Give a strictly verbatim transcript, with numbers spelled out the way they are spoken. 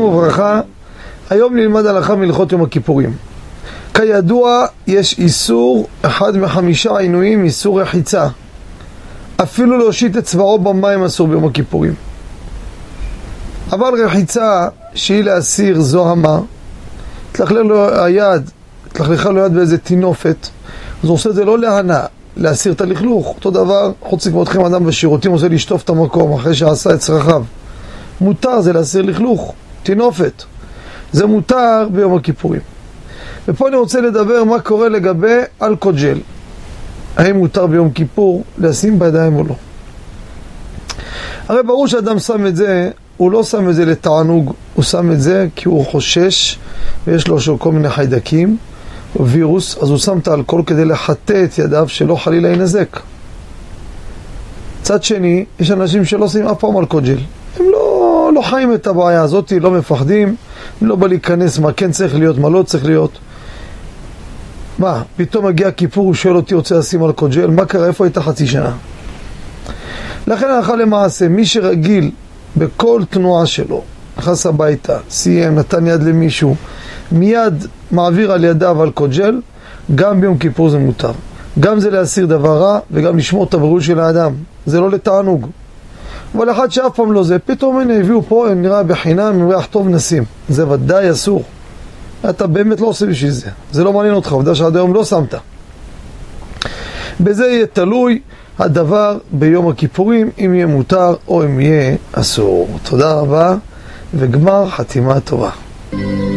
וברכה. היום נלמד הלכה מלכות יום הכיפורים. כידוע, יש איסור אחד מחמישה עינויים, איסור רחיצה. אפילו להושיט את צווארו במים אסור ביום הכיפורים. אבל רחיצה שהיא להסיר זוהמה, תלכלך לו היד, תלכלכה לו יד באיזה תינופת, אז הוא עושה את זה לא להנאה, להסיר את הלכלוך. אותו דבר, חוץ לכבודכם אדם בשירותים עושה לשטוף את המקום אחרי שעשה את צרכיו. מותר זה להסיר לכלוך, תינופת. זה מותר ביום הכיפורים. ופה אני רוצה לדבר מה קורה לגבי אלכוג'ל. האם מותר ביום כיפור לשים בידיים או לא. הרי ברור שאדם שם את זה, הוא לא שם את זה לתענוג, הוא שם את זה כי הוא חושש ויש לו כל מיני חיידקים או וירוס, אז הוא שם את האלכוהול כדי לחטא את ידיו שלא חלילה ינזק. צד שני, יש אנשים שלא שמים אף פעם אלכוג'ל. הם לא, לא חיים את הבעיה הזאת, לא מפחדים, הם לא בא להיכנס מה כן צריך להיות, מה לא צריך להיות. מה, פתאום מגיע כיפור, הוא שואל אותי, רוצה לשים אלכוג'ל, מה קרה, איפה הייתה חצי שנה? לכן הלכה למעשה, מי שרגיל בכל תנועה שלו, נכנס הביתה, סיים, נתן יד למישהו, מיד מעביר על ידיו אלכוג'ל, גם ביום כיפור זה מותר. גם זה להסיר דבר רע, וגם לשמור את הבריאות של האדם. זה לא לתענוג. אבל אחד שאף פעם לא זה, פתאום הנה הביאו פה, נראה בחינם, נראה טוב נשים. זה ודאי אסור. אתה באמת לא עושה בשביל זה. זה לא מעניין אותך, ודאי שעד היום לא שמת. בזה יהיה תלוי הדבר ביום הכיפורים, אם יהיה מותר או אם יהיה אסור. תודה רבה, וגמר חתימה טובה.